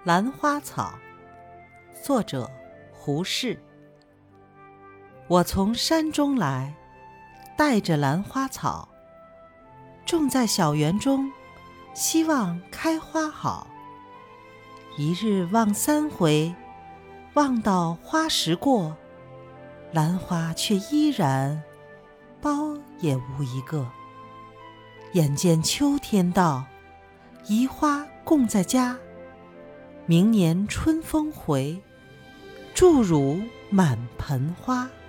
兰花草，作者胡适。我从山中来，带着兰花草，种在小园中，希望开花好。一日望三回，望到花时过，兰花却依然苞也无一个。眼见秋天到，移花供在家，明年春风回，祝汝满盆花。